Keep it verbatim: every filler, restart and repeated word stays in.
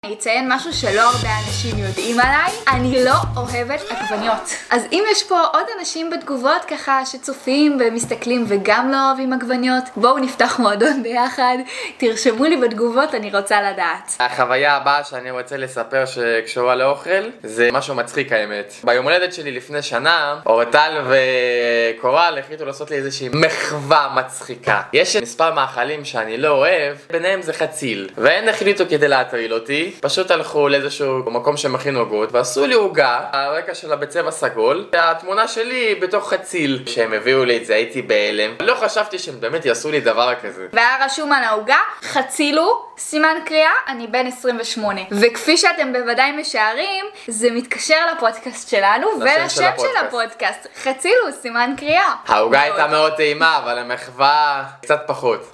אני אציין משהו שלא הרבה אנשים יודעים עליי, אני לא אוהבת עגבניות. אז אם יש פה עוד אנשים בתגובות ככה שצופים ומסתכלים וגם לא אוהבים עגבניות, בואו נפתח מועדון ביחד, תרשמו לי בתגובות, אני רוצה לדעת. החוויה הבאה שאני רוצה לספר שקשורה לאוכל זה משהו מצחיק האמת. ביום הולדת שלי לפני שנה, אורטל וקורל החליטו לעשות לי איזושהי מחווה מצחיקה. יש מספר מאכלים שאני לא אוהב, ביניהם זה חציל, והן החליטו כדי להטריל אותי פשוט הלכו לאיזשהו מקום שמכין עוגות ועשו לי עוגה, הרקע שלה בצבע סגול והתמונה שלי בתוך חציל. כשהם הביאו לי את זה הייתי בהלם, לא חשבתי שהם באמת יעשו לי דבר כזה. והיה רשום על העוגה חצילו סימן קריאה אני בן עשרים ושמונה, וכפי שאתם בוודאי משערים זה מתקשר לפודקאסט שלנו ולשם של הפודקאסט, חצילו סימן קריאה. העוגה הייתה מאוד טעימה אבל המחווה קצת פחות.